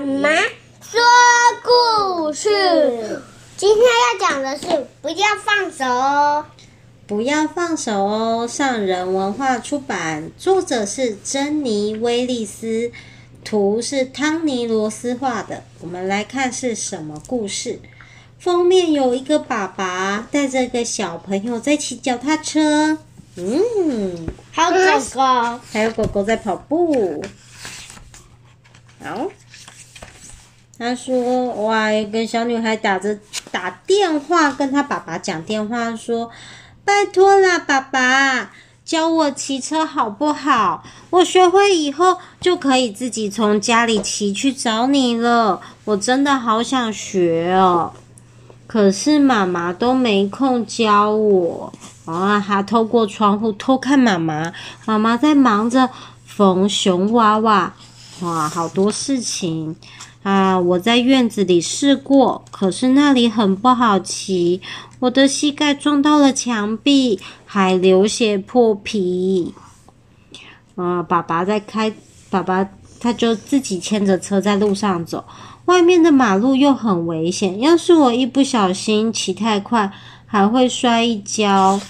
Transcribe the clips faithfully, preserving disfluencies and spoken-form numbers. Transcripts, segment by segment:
妈说故事。今天要讲的是不要放手哦。 不要放手哦！上人文化出版，作者是珍妮·威利斯，图是汤尼·罗斯画的。我们来看是什么故事。封面有一个爸爸带着一个小朋友在骑脚踏车，嗯， 还有狗狗， 还有狗狗在跑步。好，他说：“哇，有个小女孩打着打电话跟她爸爸讲电话说。”拜托啦，爸爸，教我骑车好不好？我学会以后就可以自己从家里骑去找你了。我真的好想学哦，可是妈妈都没空教我。啊，他透过窗户偷看妈妈，妈妈在忙着缝熊娃娃。哇，好多事情。啊，我在院子里试过，可是那里很不好骑，我的膝盖撞到了墙壁，还流血破皮。啊，爸爸在开，爸爸他就自己牵着车在路上走，外面的马路又很危险，要是我一不小心骑太快，还会摔一跤。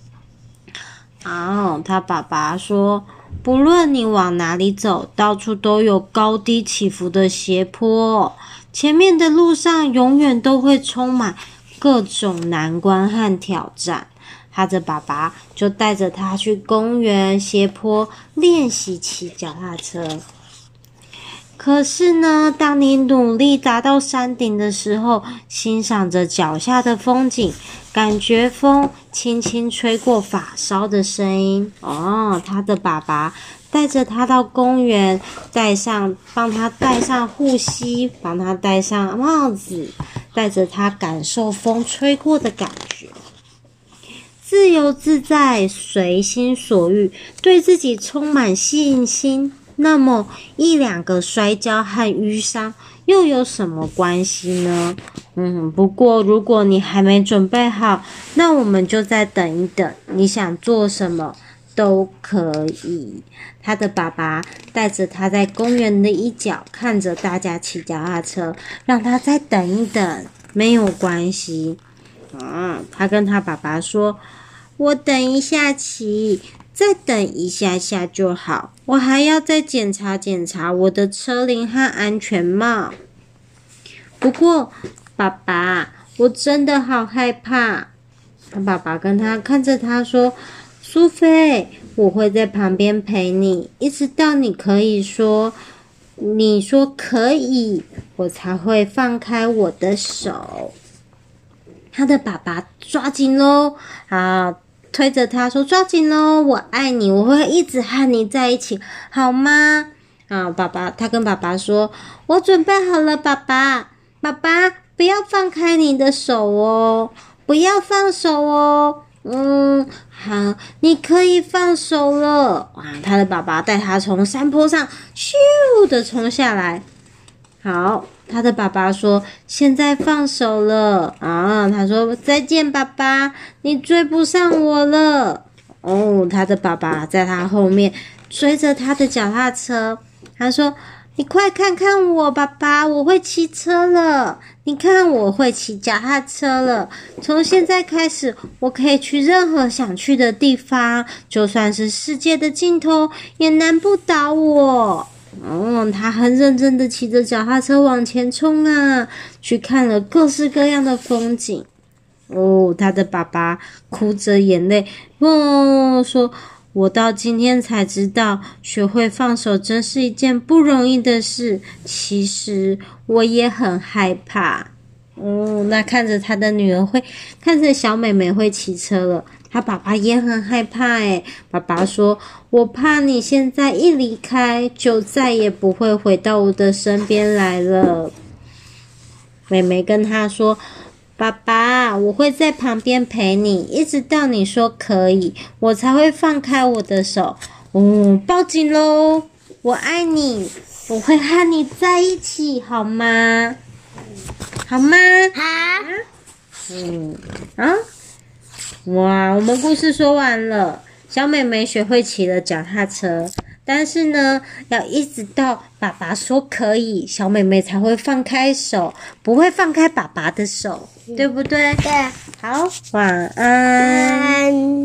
啊，他爸爸说。不论你往哪里走，到处都有高低起伏的斜坡，前面的路上永远都会充满各种难关和挑战。他的爸爸就带着他去公园斜坡练习骑脚踏车。可是呢，当你努力达到山顶的时候，欣赏着脚下的风景，感觉风轻轻吹过发梢的声音。哦，他的爸爸带着他到公园，戴上，帮他戴上护膝，帮他戴上帽子，带着他感受风吹过的感觉。自由自在，随心所欲，对自己充满信心。那么一两个摔跤和淤伤又有什么关系呢？嗯，不过如果你还没准备好，那我们就再等一等。你想做什么都可以。他的爸爸带着他在公园的一角，看着大家骑脚踏车，让他再等一等，没有关系。啊，他跟他爸爸说：“我等一下骑。”再等一下下就好，我还要再检查检查我的车铃和安全帽。不过，爸爸，我真的好害怕。他爸爸跟他看着他说：“苏菲，我会在旁边陪你，一直到你可以说，你说可以，我才会放开我的手。”他的爸爸抓紧咯，好。推着他说：“抓紧咯，我爱你，我会一直和你在一起，好吗？”啊，爸爸，他跟爸爸说：“我准备好了，爸爸，爸爸，不要放开你的手哦，不要放手哦。”嗯，好，你可以放手了。哇，他的爸爸带他从山坡上咻的冲下来。好，他的爸爸说：“现在放手了啊！”他说：“再见，爸爸，你追不上我了。”哦，他的爸爸在他后面追着他的脚踏车。他说：“你快看看我，爸爸，我会骑车了。你看，我会骑脚踏车了。从现在开始，我可以去任何想去的地方，就算是世界的尽头，也难不倒我。”哦，他很认真的骑着脚踏车往前冲啊，去看了各式各样的风景。哦，他的爸爸哭着眼泪，哦，说：“我到今天才知道，学会放手真是一件不容易的事。其实我也很害怕。”哦，那看着他的女儿会，看着小妹妹会骑车了。他爸爸也很害怕诶，爸爸说：“我怕你现在一离开，就再也不会回到我的身边来了。”妹妹跟他说：“爸爸，我会在旁边陪你，一直到你说可以，我才会放开我的手。哦，抱紧咯，我爱你，我会和你在一起，好吗？好吗？” 好。 嗯，啊。哇，我们故事说完了。小妹妹学会骑了脚踏车， 但是呢，要一直到爸爸说可以，小妹妹才会放开手，不会放开爸爸的手，对不对？ 对， 好，晚安。 安。